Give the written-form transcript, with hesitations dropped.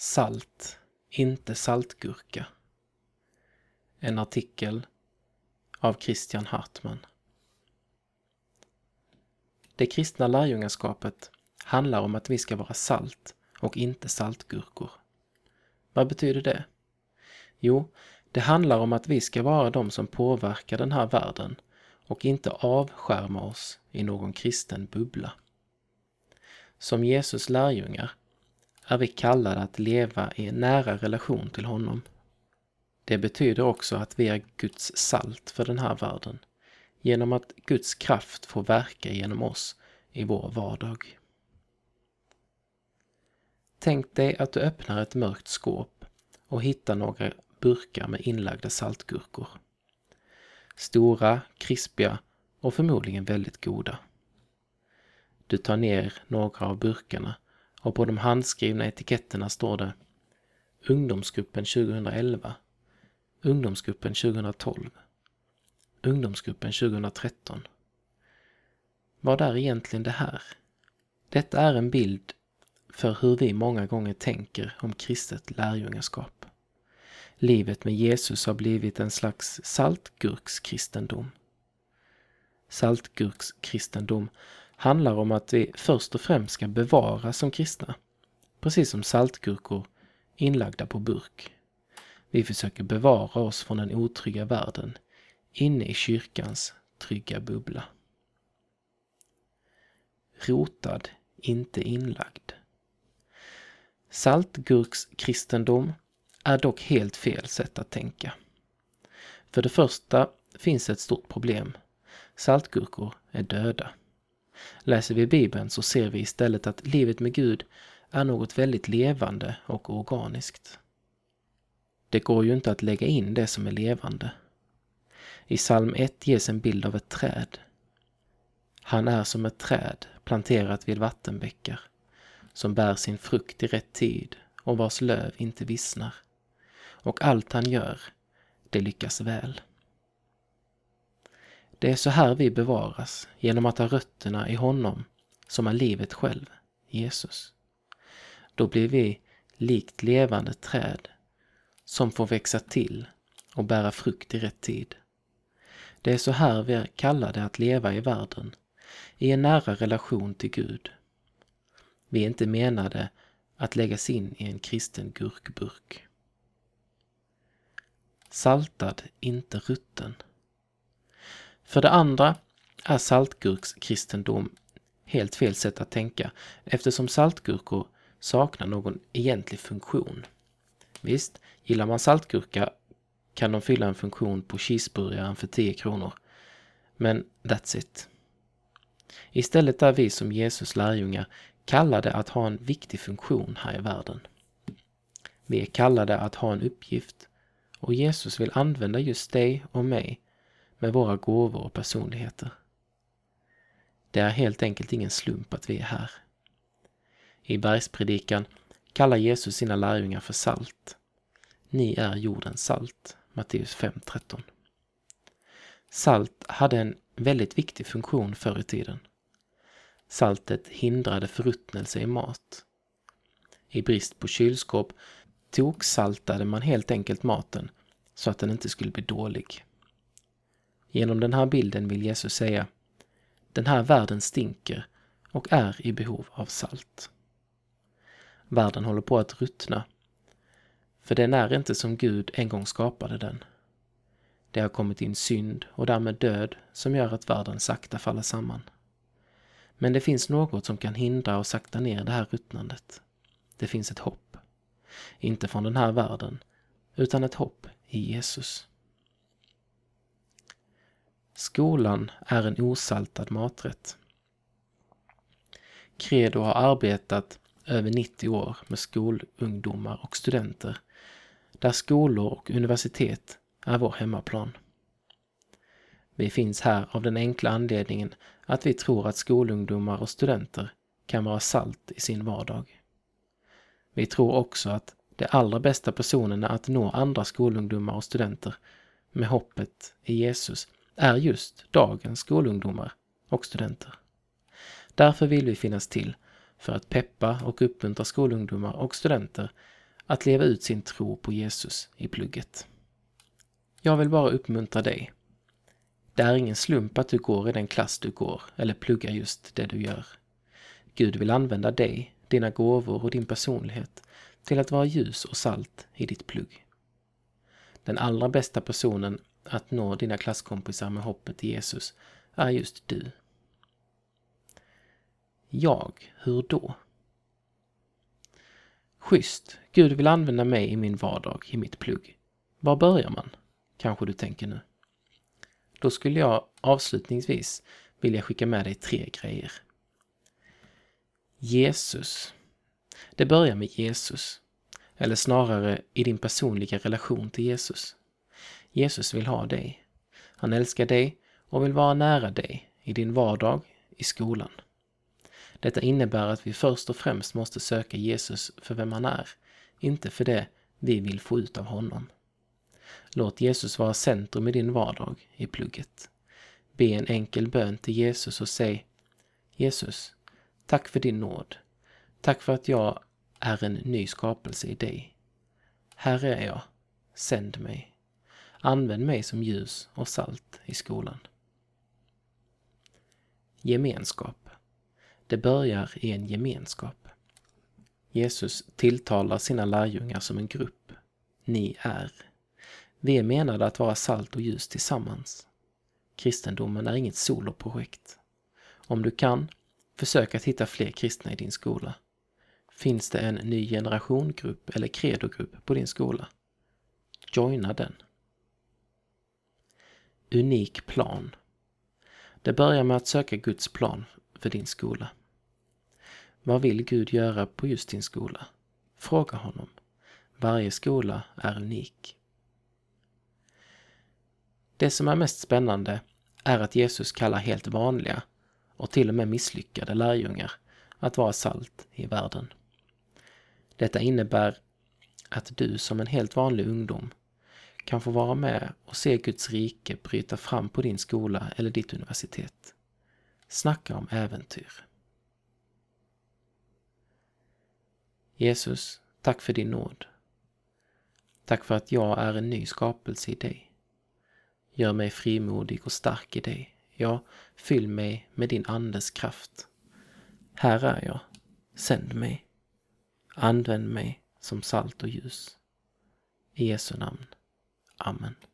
Salt, inte saltgurka. En artikel av Christian Hartman. Det kristna lärjungaskapet handlar om att vi ska vara salt och inte saltgurkor. Vad betyder det? Jo, det handlar om att vi ska vara de som påverkar den här världen och inte avskärma oss i någon kristen bubbla. Som Jesus lärjungar är vi kallade att leva i en nära relation till honom. Det betyder också att vi är Guds salt för den här världen, genom att Guds kraft får verka genom oss i vår vardag. Tänk dig att du öppnar ett mörkt skåp och hittar några burkar med inlagda saltgurkor. Stora, krispiga och förmodligen väldigt goda. Du tar ner några av burkarna och på de handskrivna etiketterna står det Ungdomsgruppen 2011, Ungdomsgruppen 2012, Ungdomsgruppen 2013. Vad är egentligen det här? Detta är en bild för hur vi många gånger tänker om kristet lärjungaskap. Livet med Jesus har blivit en slags saltgurkskristendom. Saltgurkskristendom handlar om att vi först och främst ska bevaras som kristna, precis som saltgurkor inlagda på burk. Vi försöker bevara oss från den otrygga världen inne i kyrkans trygga bubbla. Rotad, inte inlagd. Saltgurkskristendom är dock helt fel sätt att tänka. För det första finns ett stort problem. Saltgurkor är döda. Läser vi Bibeln så ser vi istället att livet med Gud är något väldigt levande och organiskt. Det går ju inte att lägga in det som är levande. I psalm 1 ges en bild av ett träd. Han är som ett träd planterat vid vattenbäckar, som bär sin frukt i rätt tid och vars löv inte vissnar. Och allt han gör, det lyckas väl. Det är så här vi bevaras, genom att ha rötterna i honom som är livet själv, Jesus. Då blir vi likt levande träd som får växa till och bära frukt i rätt tid. Det är så här vi är kallade att leva i världen, i en nära relation till Gud. Vi är inte menade att läggas in i en kristen gurkburk. Saltad, inte rutten. För det andra är saltgurkskristendom helt fel sätt att tänka, eftersom saltgurkor saknar någon egentlig funktion. Visst, gillar man saltgurka kan de fylla en funktion på cheeseburgaren för 10 kronor. Men that's it. Istället är vi som Jesus lärjungar kallade att ha en viktig funktion här i världen. Vi är kallade att ha en uppgift och Jesus vill använda just dig och mig med våra gåvor och personligheter. Det är helt enkelt ingen slump att vi är här. I bergspredikan kallar Jesus sina lärjungar för salt. Ni är jordens salt, Matteus 5:13. Salt hade en väldigt viktig funktion förr i tiden. Saltet hindrade förruttnelse i mat. I brist på kylskåp toksaltade man helt enkelt maten så att den inte skulle bli dålig. Genom den här bilden vill Jesus säga: den här världen stinker och är i behov av salt. Världen håller på att ruttna, för den är inte som Gud en gång skapade den. Det har kommit in synd och därmed död som gör att världen sakta faller samman. Men det finns något som kan hindra och sakta ner det här ruttnandet. Det finns ett hopp. Inte från den här världen, utan ett hopp i Jesus. Skolan är en osaltad maträtt. Credo har arbetat över 90 år med skolungdomar och studenter, där skolor och universitet är vår hemmaplan. Vi finns här av den enkla anledningen att vi tror att skolungdomar och studenter kan vara salt i sin vardag. Vi tror också att de allra bästa personerna att nå andra skolungdomar och studenter med hoppet i Jesus är just dagens skolungdomar och studenter. Därför vill vi finnas till för att peppa och uppmuntra skolungdomar och studenter att leva ut sin tro på Jesus i plugget. Jag vill bara uppmuntra dig. Det är ingen slump att du går i den klass du går eller pluggar just det du gör. Gud vill använda dig, dina gåvor och din personlighet till att vara ljus och salt i ditt plugg. Den allra bästa personen att nå dina klasskompisar med hoppet i Jesus är just du. Hur då? Schysst, Gud vill använda mig i min vardag, i mitt plugg. Var börjar man? Kanske du tänker nu. Då skulle jag avslutningsvis vilja skicka med dig 3 grejer. Jesus. Det börjar med Jesus. Eller snarare i din personliga relation till Jesus. Jesus vill ha dig. Han älskar dig och vill vara nära dig i din vardag, i skolan. Detta innebär att vi först och främst måste söka Jesus för vem han är, inte för det vi vill få ut av honom. Låt Jesus vara centrum i din vardag, i plugget. Be en enkel bön till Jesus och säg: Jesus, tack för din nåd. Tack för att jag är en ny skapelse i dig. Här är jag. Sänd mig. Använd mig som ljus och salt i skolan. Gemenskap. Det börjar i en gemenskap. Jesus tilltalar sina lärjungar som en grupp. Ni är. Vi är menade att vara salt och ljus tillsammans. Kristendomen är inget soloprojekt. Om du kan, försök att hitta fler kristna i din skola. Finns det en ny generationgrupp eller credogrupp på din skola? Joina den. Unik plan. Det börjar med att söka Guds plan för din skola. Vad vill Gud göra på just din skola? Fråga honom. Varje skola är unik. Det som är mest spännande är att Jesus kallar helt vanliga och till och med misslyckade lärjungar att vara salt i världen. Detta innebär att du som en helt vanlig ungdom kan få vara med och se Guds rike bryta fram på din skola eller ditt universitet. Snacka om äventyr. Jesus, tack för din nåd. Tack för att jag är en ny skapelse i dig. Gör mig frimodig och stark i dig. Ja, fyll mig med din andes kraft. Här är jag. Sänd mig. Använd mig som salt och ljus. I Jesu namn. Amen.